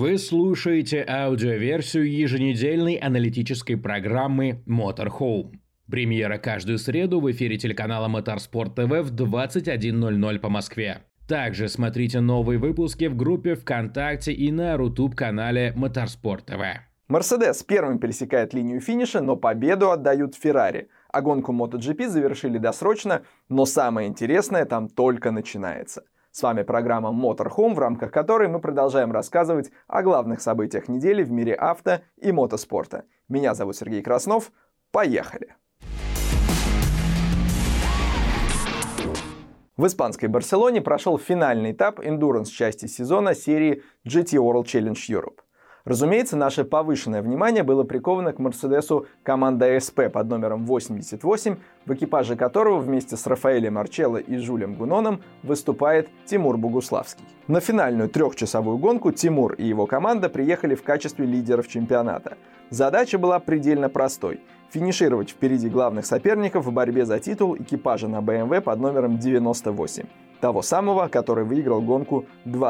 Вы слушаете аудиоверсию еженедельной аналитической программы Motorhome. Премьера каждую среду в эфире телеканала Motorsport TV в 21:00 по Москве. Также смотрите новые выпуски в группе ВКонтакте и на YouTube-канале Motorsport TV. Мерседес первым пересекает линию финиша, но победу отдают Феррари. А гонку MotoGP завершили досрочно, но самое интересное там только начинается. С вами программа Motorhome, в рамках которой мы продолжаем рассказывать о главных событиях недели в мире авто и мотоспорта. Меня зовут Сергей Краснов. Поехали! В испанской Барселоне прошел финальный этап эндуранс-части сезона серии GT World Challenge Europe. Разумеется, наше повышенное внимание было приковано к Мерседесу команды ASP под номером 88, в экипаже которого вместе с Рафаэлем Марчелло и Жюлем Гуноном выступает Тимур Богуславский. На финальную трехчасовую гонку Тимур и его команда приехали в качестве лидеров чемпионата. Задача была предельно простой – финишировать впереди главных соперников в борьбе за титул экипажа на BMW под номером 98. Того самого, который выиграл гонку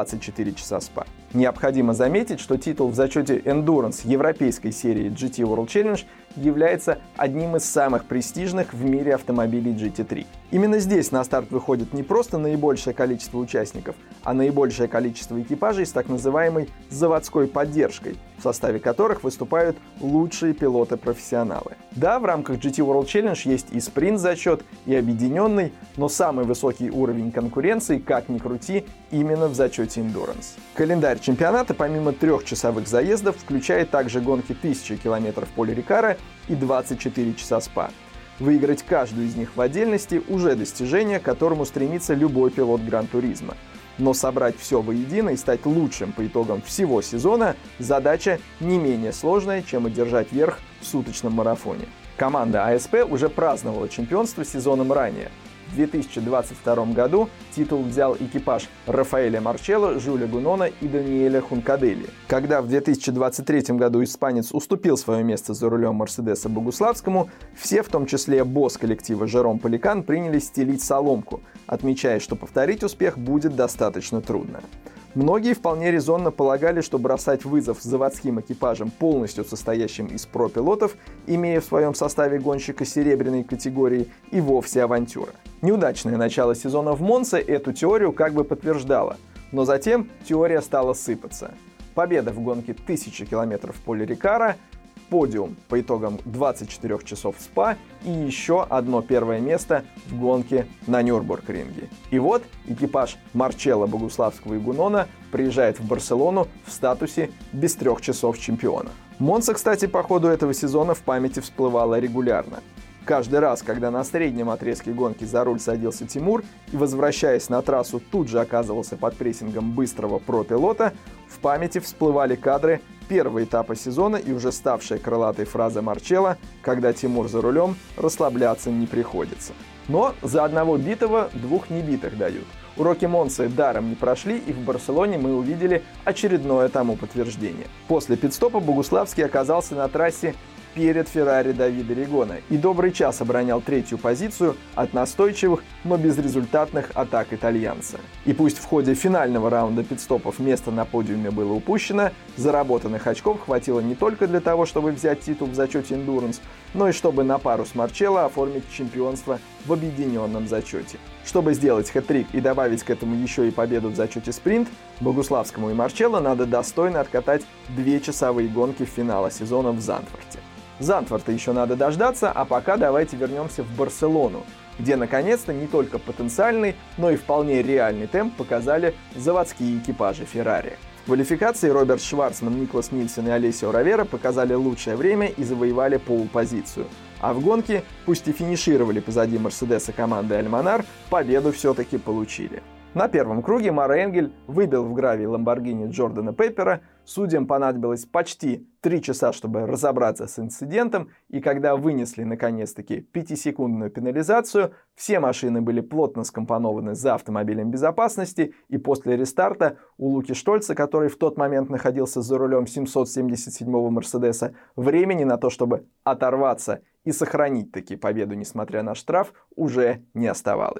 24 часа СПА. Необходимо заметить, что титул в зачете Endurance европейской серии GT World Challenge является одним из самых престижных в мире автомобилей GT3. Именно здесь на старт выходит не просто наибольшее количество участников, а наибольшее количество экипажей с так называемой заводской поддержкой, в составе которых выступают лучшие пилоты-профессионалы. Да, в рамках GT World Challenge есть и спринт-зачет, и объединенный, но самый высокий уровень конкуренции, как ни крути, именно в зачете Endurance. Календарь чемпионата помимо трехчасовых заездов включает также гонки 1000 км Поль-Рикара и 24 часа СПА. Выиграть каждую из них в отдельности уже достижение, к которому стремится любой пилот Гран-туризмо. Но собрать все воедино и стать лучшим по итогам всего сезона – задача не менее сложная, чем одержать верх в суточном марафоне. Команда ASP уже праздновала чемпионство сезоном ранее. В 2022 году титул взял экипаж Рафаэля Марчелло, Жюля Гунона и Даниэля Хункадели. Когда в 2023 году испанец уступил свое место за рулем Мерседеса Богуславскому, все, в том числе босс коллектива Жером Поликан, принялись стелить соломку, отмечая, что повторить успех будет достаточно трудно. Многие вполне резонно полагали, что бросать вызов заводским экипажам, полностью состоящим из про-пилотов, имея в своем составе гонщика серебряной категории, и вовсе авантюра. Неудачное начало сезона в Монце эту теорию как бы подтверждало, но затем теория стала сыпаться. Победа в гонке 1000 км Поль-Рикара, подиум по итогам 24 часов СПА и еще одно первое место в гонке на Нюрбургринге. И вот экипаж Марчелло, Богуславского и Гунона приезжает в Барселону в статусе без 3 часов чемпиона. Монца, кстати, по ходу этого сезона в памяти всплывала регулярно. Каждый раз, когда на среднем отрезке гонки за руль садился Тимур и, возвращаясь на трассу, тут же оказывался под прессингом быстрого про-пилота, в памяти всплывали кадры первого этапа сезона и уже ставшая крылатой фраза Марчелло: «Когда Тимур за рулем, расслабляться не приходится». Но за одного битого двух небитых дают. Уроки Монцы даром не прошли, и в Барселоне мы увидели очередное тому подтверждение. После пит-стопа Богуславский оказался на трассе перед Феррари Давида Ригона и добрый час оборонял третью позицию от настойчивых, но безрезультатных атак итальянца. И пусть в ходе финального раунда пит-стопов место на подиуме было упущено, заработанных очков хватило не только для того, чтобы взять титул в зачете Endurance, но и чтобы на пару с Марчелло оформить чемпионство в объединенном зачете. Чтобы сделать хэт-трик и добавить к этому еще и победу в зачете спринт, Богуславскому и Марчелло надо достойно откатать 2-часовые гонки финала сезона в Зандворте. Зандворта еще надо дождаться, а пока давайте вернемся в Барселону, где наконец-то не только потенциальный, но и вполне реальный темп показали заводские экипажи Феррари. В квалификации Роберт Шварцман, Никлас Нильсен и Алессио Ровера показали лучшее время и завоевали пол-позицию. А в гонке, пусть и финишировали позади Мерседеса команды Альманар, победу все-таки получили. На первом круге Маро Энгель выбил в гравий Ламборгини Джордана Пеппера, судьям понадобилось почти 3 часа, чтобы разобраться с инцидентом, и когда вынесли наконец-таки 5-секундную пенализацию, все машины были плотно скомпонованы за автомобилем безопасности, и после рестарта у Луки Штольца, который в тот момент находился за рулем 777-го Мерседеса, времени на то, чтобы оторваться и сохранить таки победу, несмотря на штраф, уже не оставалось.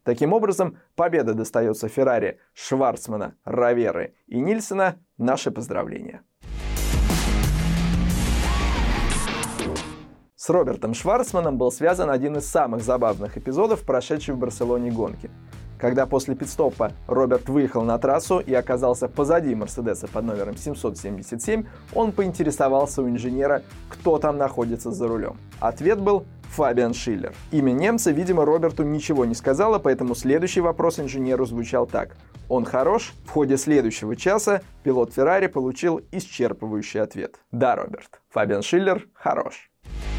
Таким образом, победа достается Феррари Шварцмана, Роверы и Нильсена. Наши поздравления. С Робертом Шварцманом был связан один из самых забавных эпизодов прошедшей в Барселоне гонки. Когда после пит-стопа Роберт выехал на трассу и оказался позади Мерседеса под номером 777, он поинтересовался у инженера, кто там находится за рулем. Ответ был Фабиан Шиллер. Имя немца, видимо, Роберту ничего не сказала, поэтому следующий вопрос инженеру звучал так. Он хорош? В ходе следующего часа пилот Феррари получил исчерпывающий ответ. Да, Роберт, Фабиан Шиллер хорош.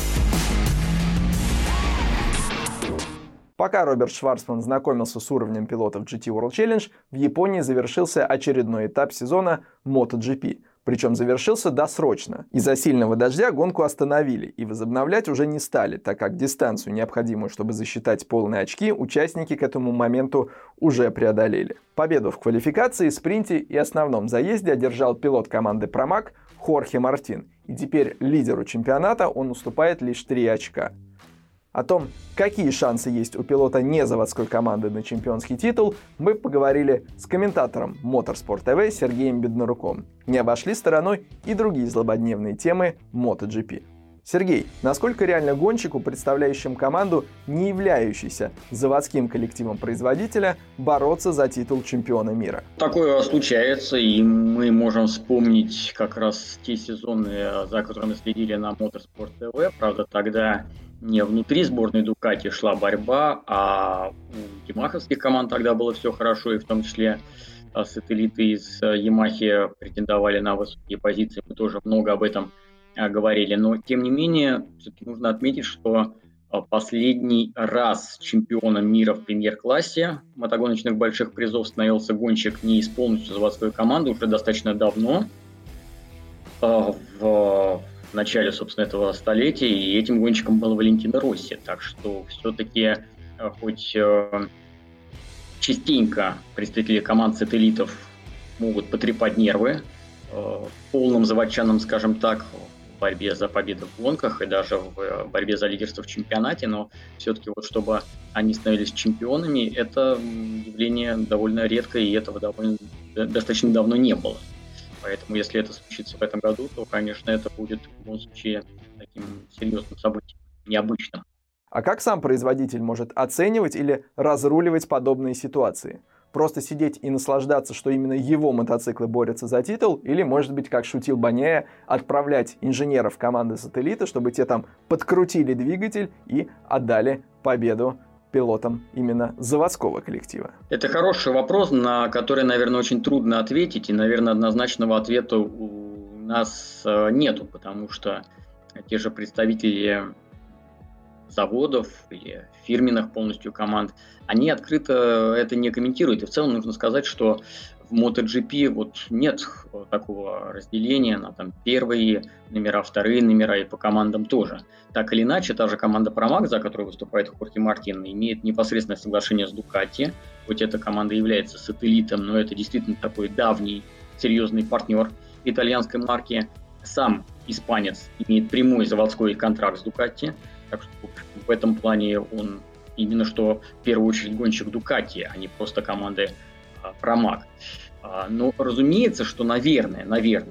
Пока Роберт Шварцман знакомился с уровнем пилотов GT World Challenge, в Японии завершился очередной этап сезона MotoGP. Причем завершился досрочно. Из-за сильного дождя гонку остановили и возобновлять уже не стали, так как дистанцию, необходимую, чтобы засчитать полные очки, участники к этому моменту уже преодолели. Победу в квалификации, спринте и основном заезде одержал пилот команды Pramac Хорхе Мартин. И теперь лидеру чемпионата он уступает лишь 3 очка. О том, какие шансы есть у пилота незаводской команды на чемпионский титул, мы поговорили с комментатором Motorsport TV Сергеем Беднаруком. Не обошли стороной и другие злободневные темы MotoGP. Сергей, насколько реально гонщику, представляющему команду, не являющейся заводским коллективом производителя, бороться за титул чемпиона мира? Такое случается, и мы можем вспомнить как раз те сезоны, за которыми следили на Motorsport TV. Правда, тогда не внутри сборной Дукати шла борьба, а у ямаховских команд тогда было все хорошо, и в том числе сателлиты из Ямахи претендовали на высокие позиции. Мы тоже много об этом говорили. Но, тем не менее, все-таки нужно отметить, что последний раз чемпионом мира в премьер-классе мотогоночных больших призов становился гонщик не из полностью заводской команды уже достаточно давно, в начале, собственно, этого столетия, и этим гонщиком был Валентино Росси. Так что все-таки хоть частенько представители команд сателлитов могут потрепать нервы полным заводчанам, скажем так, в борьбе за победу в гонках и даже в борьбе за лидерство в чемпионате, но все-таки вот чтобы они становились чемпионами, это явление довольно редкое, и этого достаточно давно не было. Поэтому, если это случится в этом году, то, конечно, это будет в любом случае таким серьезным событием, необычным. А как сам производитель может оценивать или разруливать подобные ситуации? Просто сидеть и наслаждаться, что именно его мотоциклы борются за титул? Или, может быть, как шутил Баняя, отправлять инженеров команды сателлита, чтобы те там подкрутили двигатель и отдали победу пилотам именно заводского коллектива? Это хороший вопрос, на который, наверное, очень трудно ответить, и, наверное, однозначного ответа у нас нету, потому что те же представители заводов или фирменных полностью команд, они открыто это не комментируют. И в целом нужно сказать, что в MotoGP вот нет такого разделения на там первые номера, вторые номера, и по командам тоже. Так или иначе, та же команда Pramac, за которую выступает Хорхе Мартин, имеет непосредственное соглашение с Ducati. Хоть эта команда является сателлитом, но это действительно такой давний, серьезный партнер итальянской марки. Сам испанец имеет прямой заводской контракт с Ducati, так что в этом плане он именно что в первую очередь гонщик Ducati, а не просто команды Pramac. Но разумеется, что, наверное,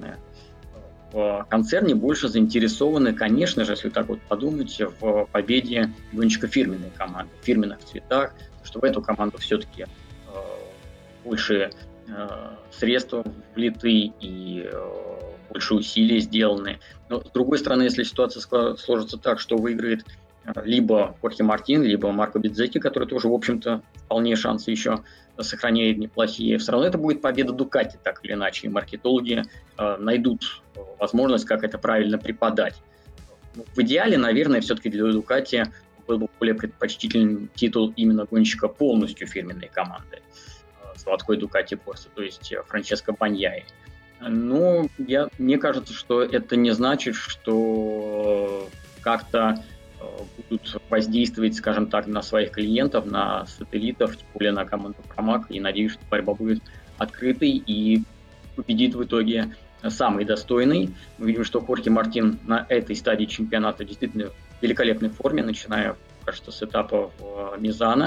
в концерне больше заинтересованы, конечно же, если так вот подумать, в победе гонщика фирменной команды, в фирменных цветах, что в эту команду все-таки больше средств влиты и больше усилий сделаны. Но, с другой стороны, если ситуация сложится так, что выиграет либо Хорхе Мартин, либо Марко Беззекки, который тоже, в общем-то, вполне шансы еще сохраняет неплохие, все равно это будет победа Дукати, так или иначе. И маркетологи найдут возможность, как это правильно преподать. В идеале, наверное, все-таки для Дукати был бы более предпочтителен титул именно гонщика полностью фирменной команды, заводской Дукати Корса, то есть Франческо Баньяи. Но мне кажется, что это не значит, что как-то будут воздействовать, скажем так, на своих клиентов, на сателлитов, тем более на команду Pramac, и надеюсь, что борьба будет открытой и победит в итоге самый достойный. Мы видим, что Хорхе Мартин на этой стадии чемпионата действительно в великолепной форме, начиная, кажется, с этапа в Мизано,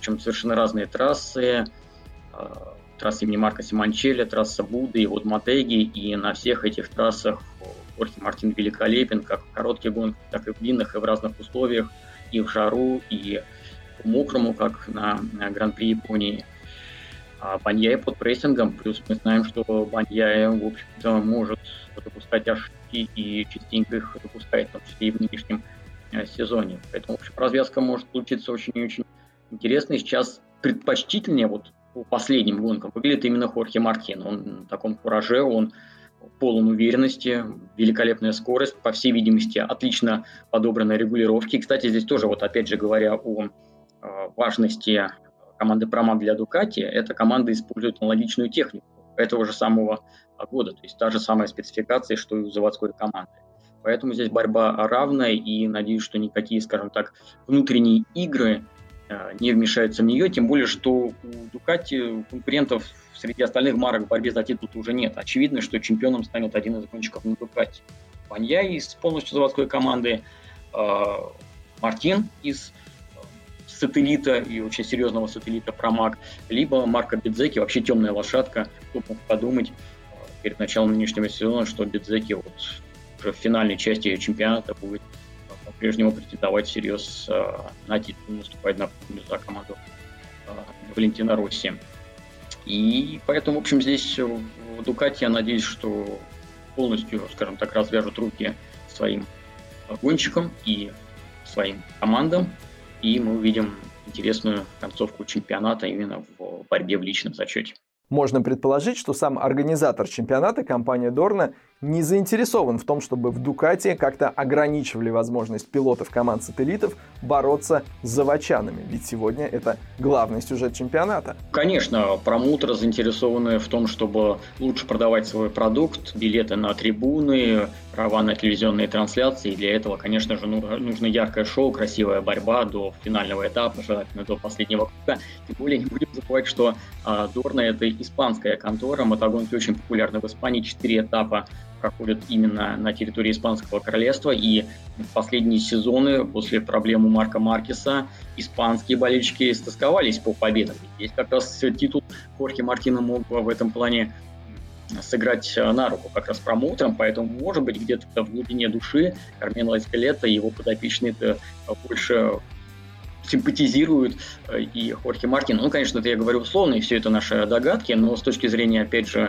причем совершенно разные трассы. Трасса имени Марко Симончелли, трасса Буды и вот Мотеги, и на всех этих трассах Хорхе Мартин великолепен, как в коротких гонках, так и в длинных, и в разных условиях, и в жару, и по мокрому, как на Гран-при Японии. А Баньяй под прессингом, плюс мы знаем, что Баньяй, в общем-то, может допускать ошибки и частенько их допускает, в том числе и в нынешнем сезоне. Поэтому, в общем, развязка может получиться очень и очень интересной. Сейчас предпочтительнее вот по последним гонкам выглядит именно Хорхе Мартин. Он в таком кураже, он полон уверенности, великолепная скорость, по всей видимости, отлично подобранные регулировки. Кстати, здесь тоже, вот опять же говоря о важности команды Pramac для Ducati, эта команда использует аналогичную технику этого же самого года, то есть та же самая спецификация, что и у заводской команды. Поэтому здесь борьба равная, и надеюсь, что никакие, скажем так, внутренние игры не вмешаются в нее, тем более, что у Ducati конкурентов среди остальных марок в борьбе за титул уже нет. Очевидно, что чемпионом станет один из гонщиков на Ducati. Баньяй из полностью заводской команды, Мартин из сателлита и очень серьезного сателлита Pramac, либо Марко Беззекки, вообще темная лошадка. Кто мог подумать перед началом нынешнего сезона, что Беззекки вот уже в финальной части чемпионата будет по-прежнему претендовать всерьез на титул, наступать на за команду Валентина Росси. И поэтому, в общем, здесь в Ducati я надеюсь, что полностью, скажем так, развяжут руки своим гонщикам и своим командам, и мы увидим интересную концовку чемпионата именно в борьбе в личном зачете. Можно предположить, что сам организатор чемпионата, компания Dorna, не заинтересован в том, чтобы в Ducati как-то ограничивали возможность пилотов команд-сателлитов бороться с заводчанами. Ведь сегодня это главный сюжет чемпионата. Конечно, промоутеры заинтересованы в том, чтобы лучше продавать свой продукт, билеты на трибуны, права на телевизионные трансляции. И для этого, конечно же, нужно яркое шоу, красивая борьба до финального этапа, желательно до последнего круга. Тем более не будем забывать, что Dorna — это испанская контора, мотогонки очень популярны в Испании, 4 этапа проходят именно на территории Испанского королевства, и в последние сезоны после проблем у Марка Маркеса испанские болельщики истосковались по победам. Здесь как раз титул Хорхе Мартина мог в этом плане сыграть на руку как раз промоутерам, поэтому, может быть, где-то в глубине души Кармело Эскалета и его подопечные-то больше симпатизируют и Хорхе Мартин. Ну, конечно, это я говорю условно, и все это наши догадки, но с точки зрения, опять же,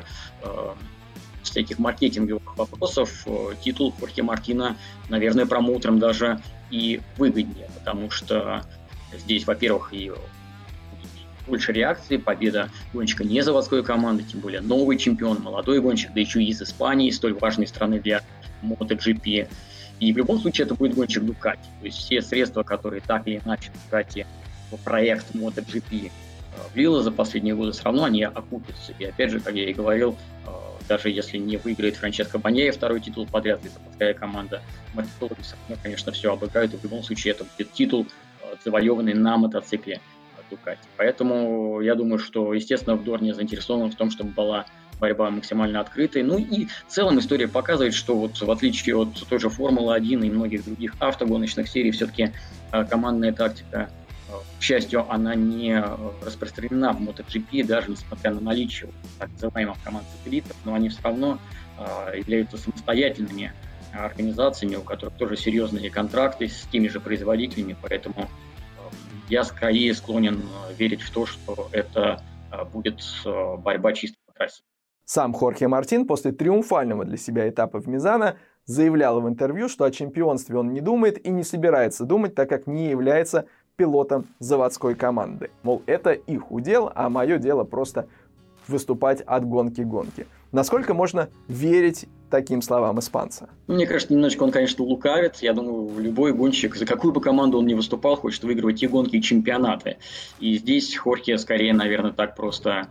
всяких маркетинговых вопросов, титул Хорхе Мартина, наверное, промоутерам даже и выгоднее, потому что здесь, во-первых, и больше реакций, победа гонщика не заводской команды, тем более новый чемпион, молодой гонщик, да еще и из Испании, столь важной страны для MotoGP. И в любом случае это будет гонщик Ducati. То есть все средства, которые так или иначе Ducati в проект MotoGP влила за последние годы, все равно они окупятся. И опять же, как я и говорил, даже если не выиграет Франческо Баньяй второй титул подряд, и заводская команда Маркетологи, конечно, все обыграют, и в любом случае это будет титул, завоеванный на мотоцикле Ducati. Поэтому я думаю, что, естественно, в Dorna заинтересован в том, чтобы была борьба максимально открытой. Ну и в целом история показывает, что вот в отличие от той же Формулы-1 и многих других автогоночных серий, все-таки командная тактика, к счастью, она не распространена в MotoGP, даже несмотря на наличие так называемых команд-сателлитов, но они все равно являются самостоятельными организациями, у которых тоже серьезные контракты с теми же производителями, поэтому я скорее склонен верить в то, что это будет борьба чисто по трассе. Сам Хорхе Мартин после триумфального для себя этапа в Мизано заявлял в интервью, что о чемпионстве он не думает и не собирается думать, так как не является пилотом заводской команды. Мол, это их удел, а мое дело просто выступать от гонки к гонке. Насколько можно верить таким словам испанца? Мне кажется, немножечко он, конечно, лукавит. Я думаю, любой гонщик, за какую бы команду он ни выступал, хочет выигрывать и гонки, и чемпионаты. И здесь Хорхе скорее, наверное, так просто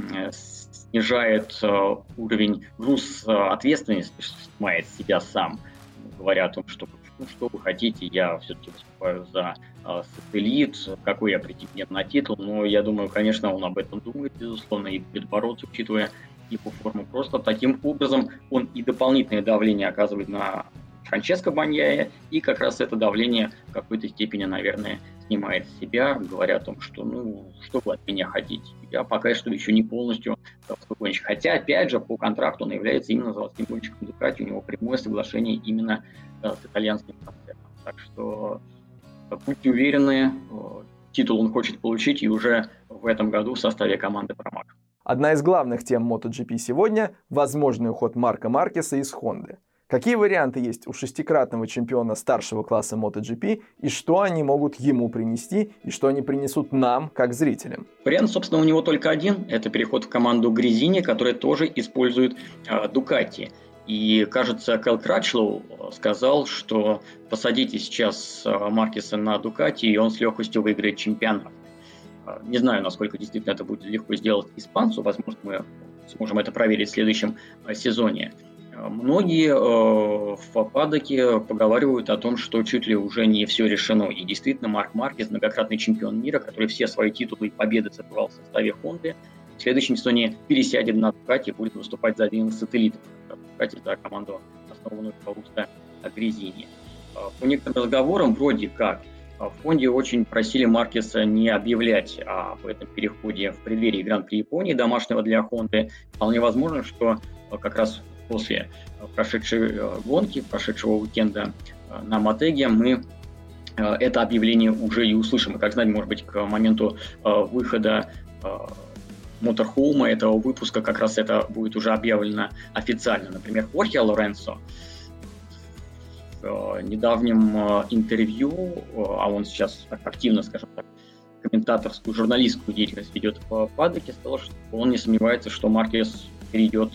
снижает уровень груз ответственности, снимает с себя сам, говоря о том, что что вы хотите, я все-таки выступаю за сателлит, какой я претендент на титул, но я думаю, конечно, он об этом думает, безусловно, и будет бороться, учитывая его форму. Просто таким образом он и дополнительное давление оказывает на Франческо Баньяя, и как раз это давление в какой-то степени, наверное, снимает с себя, говоря о том, что, что вы от меня хотите. Я пока что еще не полностью заводской гонщик. Хотя, опять же, по контракту он является именно заводским гонщиком Дукати, у него прямое соглашение именно с итальянским концерном. Так что будьте уверены, титул он хочет получить и уже в этом году в составе команды Pramac. Одна из главных тем MotoGP сегодня – возможный уход Марка Маркеса из Honda. Какие варианты есть у шестикратного чемпиона старшего класса MotoGP и что они могут ему принести и что они принесут нам, как зрителям? Вариант, собственно, у него только один – это переход в команду Гризини, которая тоже использует Дукати. И, кажется, Кэл Крачлоу сказал, что посадите сейчас Маркеса на Дукати, и он с легкостью выиграет чемпионат. Не знаю, насколько действительно это будет легко сделать испанцу. Возможно, мы сможем это проверить в следующем сезоне. Многие в паддоке поговаривают о том, что чуть ли уже не все решено. И действительно, Марк Маркес, многократный чемпион мира, который все свои титулы и победы забрал в составе Хонды, в следующем сезоне пересядет на Дукати и будет выступать за один из сателлитов Дукати, за команду, основанную по Аугусто Гризини. По некоторым разговорам, вроде как, в Хонде очень просили Маркеса не объявлять об этом переходе в преддверии Гран-при Японии, домашнего для Хонды. Вполне возможно, что как раз после прошедшей гонки, прошедшего уикенда на Мотеге, мы это объявление уже и услышим. И, как знать, может быть, к моменту выхода Моторхоума этого выпуска как раз это будет уже объявлено официально. Например, Хорхе Лоренцо в недавнем интервью, а он сейчас активно, скажем так, комментаторскую, журналистскую деятельность ведет в паддоке, сказал, что он не сомневается, что Маркес перейдет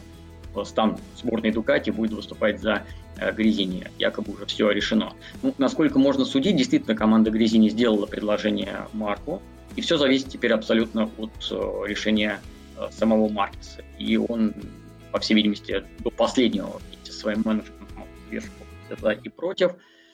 в стан сборной Дукати, будет выступать за Гризини. Якобы уже все решено. Насколько можно судить, действительно, команда Гризини сделала предложение Марку, и все зависит теперь абсолютно от решения самого Маркеса. И он, по всей видимости, до последнего вместе со своим менеджером взвешивал за и против,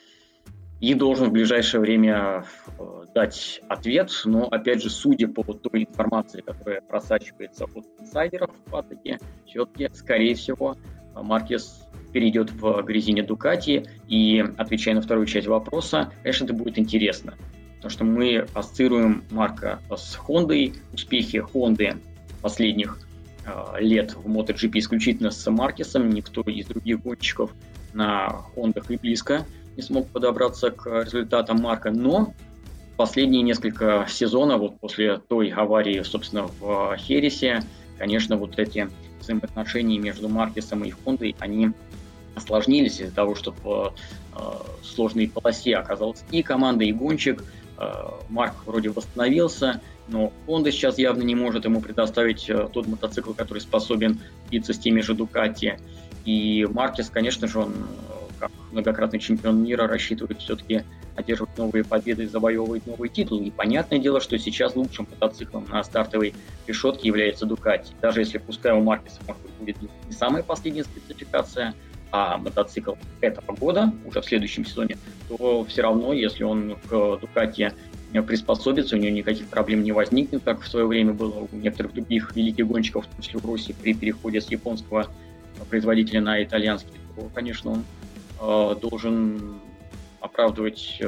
и должен в ближайшее время дать ответ. Но, опять же, судя по той информации, которая просачивается от инсайдеров в паддоке, все-таки, скорее всего, Маркес перейдет в Гризини Дукати. И, отвечая на вторую часть вопроса, конечно, это будет интересно. Потому что мы ассоциируем Марка с Хондой. Успехи Хонды последних лет в MotoGP исключительно с Маркесом. Никто из других гонщиков на Хондах и близко не смог подобраться к результатам Марка. Но последние несколько сезонов, вот после той аварии, собственно, в Хересе, конечно, вот эти взаимоотношения между Маркесом и Хондой, они осложнились из-за того, что в сложной полосе оказалась и команда, и гонщик. Марк вроде восстановился, но Honda сейчас явно не может ему предоставить тот мотоцикл, который способен биться с теми же Дукати. И Маркес, конечно же, он, как многократный чемпион мира, рассчитывает все-таки одерживать новые победы и завоевывать новые титулы. И понятное дело, что сейчас лучшим мотоциклом на стартовой решетке является Дукати. Даже если, пускай у Маркеса, может быть, будет не самая последняя спецификация, а мотоцикл этого года, уже в следующем сезоне, то все равно, если он к Дукати приспособится, у него никаких проблем не возникнет, как в свое время было у некоторых других великих гонщиков, в том числе в России, при переходе с японского производителя на итальянский, то, конечно, он должен оправдывать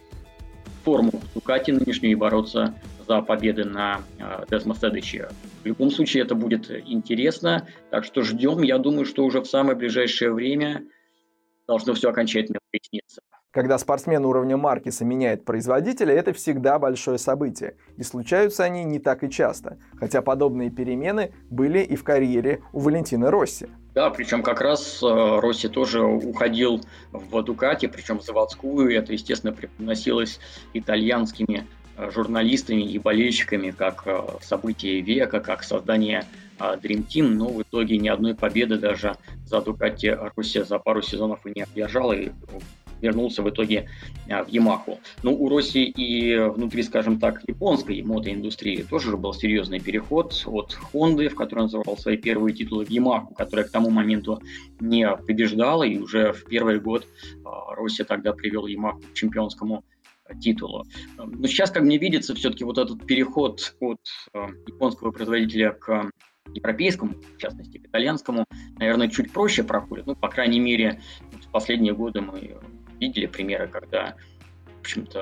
форму Дукати нынешнюю и бороться за победы на Десмостедыче. В любом случае это будет интересно, так что ждем. Я думаю, что уже в самое ближайшее время должно все окончательно проясниться. Когда спортсмен уровня Маркеса меняет производителя, это всегда большое событие. И случаются они не так и часто. Хотя подобные перемены были и в карьере у Валентино Росси. Да, причем как раз Росси тоже уходил в Дукати, причем заводскую. Это, естественно, преподносилось итальянскими журналистами и болельщиками как событие века, как создание Dream Team, но в итоге ни одной победы даже за Дукати Росси за пару сезонов и не одержал, и вернулся в итоге в Ямаху. Ну, у Росси и внутри, скажем так, японской мотоиндустрии тоже был серьезный переход от Хонды, в которой он завоевал свои первые титулы, в Ямаху, которая к тому моменту не побеждала, и уже в первый год Росси тогда привел Ямаху к чемпионскому титулу. Но сейчас, как мне видится, все-таки вот этот переход от японского производителя к европейскому, в частности, к итальянскому, наверное, чуть проще проходит. Ну, по крайней мере, в последние годы мы видели примеры, когда, в общем-то,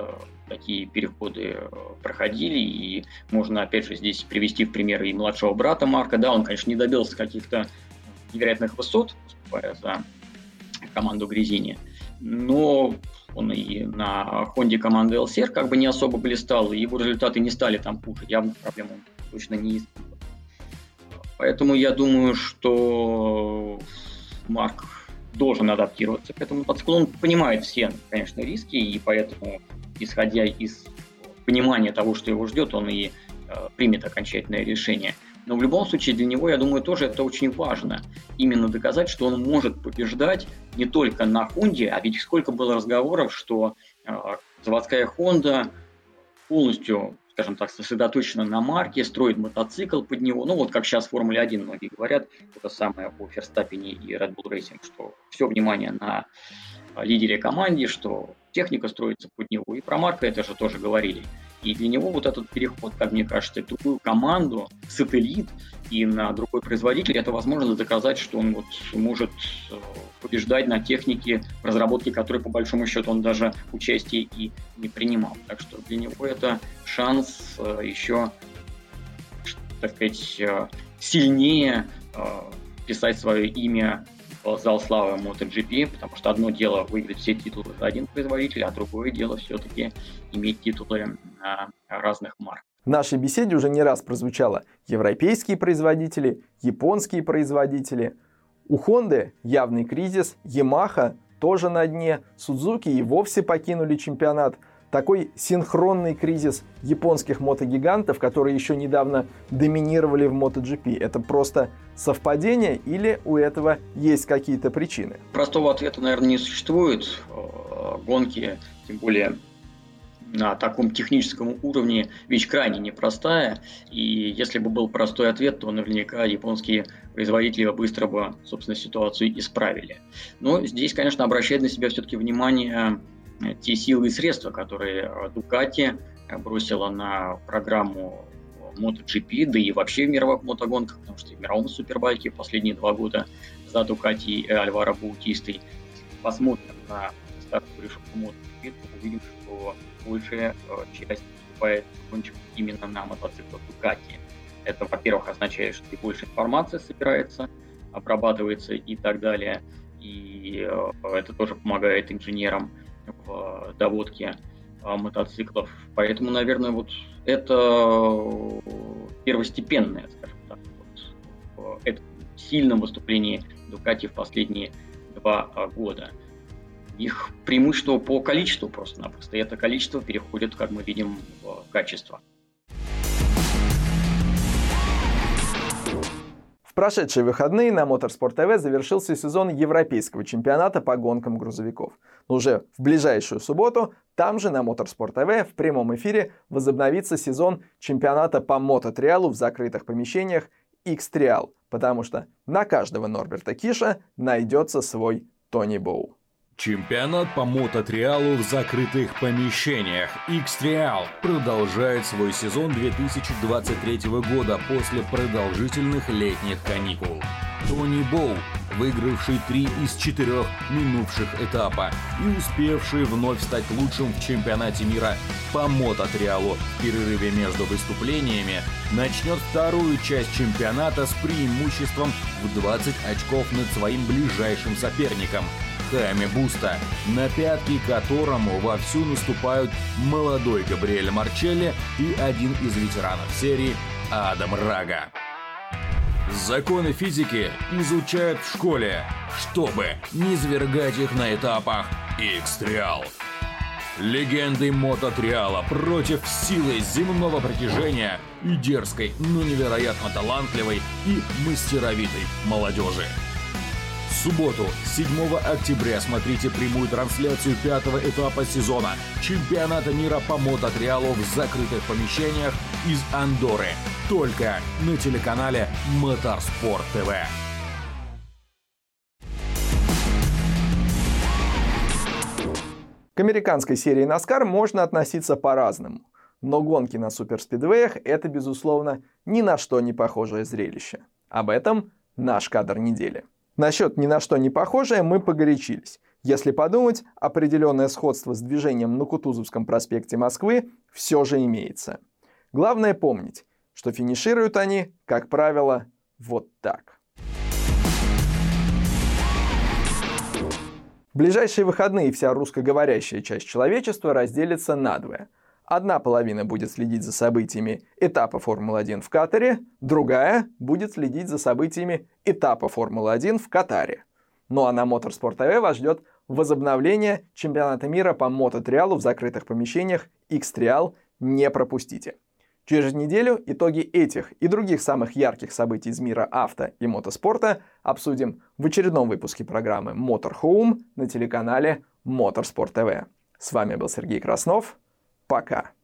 такие переходы проходили, и можно, опять же, здесь привести в пример и младшего брата Марка. Да, он, конечно, не добился каких-то невероятных высот, выступая за команду Грязини, но он и на Хонде команды ЛСР как бы не особо блистал, и его результаты не стали там хуже, явных проблем он точно не испытывал. Поэтому я думаю, что Марк должен адаптироваться к этому мотоциклу. Он понимает все, конечно, риски, и поэтому, исходя из понимания того, что его ждет, он и примет окончательное решение. Но в любом случае для него, я думаю, тоже это очень важно. Именно доказать, что он может побеждать не только на Хонде, а ведь сколько было разговоров, что заводская Хонда полностью, скажем так, сосредоточена на марке, строит мотоцикл под него. Ну вот как сейчас в Формуле 1 многие говорят, то самое о Ферстаппене и Red Bull Racing, что все внимание на лидере команды, что техника строится под него. И про Марка это же тоже говорили. И для него вот этот переход, как мне кажется, в другую команду, сателлит и на другой производитель, это возможность доказать, что он вот может побеждать на технике, в разработке которой, по большому счету, он даже участия и не принимал. Так что для него это шанс еще, так сказать, сильнее писать свое имя в зал славы MotoGP, потому что одно дело выиграть все титулы за один производитель, а другое дело все-таки иметь титулы разных марок. В нашей беседе уже не раз прозвучало европейские производители, японские производители. У Honda явный кризис, Yamaha тоже на дне, Suzuki и вовсе покинули чемпионат. Такой синхронный кризис японских мотогигантов, которые еще недавно доминировали в MotoGP, это просто совпадение или у этого есть какие-то причины? Простого ответа, наверное, не существует. Гонки, тем более на таком техническом уровне, вещь крайне непростая. И если бы был простой ответ, то наверняка японские производители быстро бы, собственно, ситуацию исправили. Но здесь, конечно, обращает на себя все-таки внимание те силы и средства, которые Ducati бросила на программу MotoGP, да и вообще в мировых мотогонках, потому что в мировом супербайке последние 2 года за Ducati и Альваро Баутистой. Посмотрим на стартовую решетку MotoGP, то увидим, что большая часть выступает гонщиков именно на мотоциклах Ducati. Это, во-первых, означает, что и больше информации собирается, обрабатывается и так далее. И это тоже помогает инженерам в доводке мотоциклов. Поэтому, наверное, вот это первостепенное, скажем так, вот, в этом сильном выступлении Ducati в последние 2 года. Их преимущество по количеству просто-напросто. И это количество переходит, как мы видим, в качество. В прошедшие выходные на Motorsport TV завершился сезон европейского чемпионата по гонкам грузовиков. Но уже в ближайшую субботу там же на Motorsport TV в прямом эфире возобновится сезон чемпионата по мототриалу в закрытых помещениях X-Trial, потому что на каждого Норберта Киша найдется свой Тони Боу. Чемпионат по мототриалу в закрытых помещениях X-Trial продолжает свой сезон 2023 года после продолжительных летних каникул. Тони Боу, выигравший 3 из 4 минувших этапа и успевший вновь стать лучшим в чемпионате мира по мототриалу в перерыве между выступлениями, начнет вторую часть чемпионата с преимуществом в 20 очков над своим ближайшим соперником Хайме Буста, на пятки которому вовсю наступают молодой Габриэль Марчелли и один из ветеранов серии Адам Рага. Законы физики изучают в школе, чтобы не свергать их на этапах X-Trial. Легенды мототриала против силы земного притяжения и дерзкой, но невероятно талантливой и мастеровитой молодежи. В субботу, 7 октября, смотрите прямую трансляцию 5-го этапа сезона чемпионата мира по мототриалу в закрытых помещениях из Андорры. Только на телеканале Motorsport TV. К американской серии NASCAR можно относиться по-разному. Но гонки на суперспидвеях – это, безусловно, ни на что не похожее зрелище. Об этом наш кадр недели. Насчет ни на что не похожее мы погорячились. Если подумать, определенное сходство с движением на Кутузовском проспекте Москвы все же имеется. Главное помнить, что финишируют они, как правило, вот так. В ближайшие выходные вся русскоговорящая часть человечества разделится надвое. Одна половина будет следить за событиями этапа Формулы-1 в Катаре, другая будет следить за событиями этапа Формулы-1 в Катаре. Ну а на Motorsport TV вас ждет возобновление чемпионата мира по мототриалу в закрытых помещениях X-Trial. Не пропустите. Через неделю итоги этих и других самых ярких событий из мира авто и мотоспорта обсудим в очередном выпуске программы Motor Home на телеканале Motorsport TV. С вами был Сергей Краснов. Пока.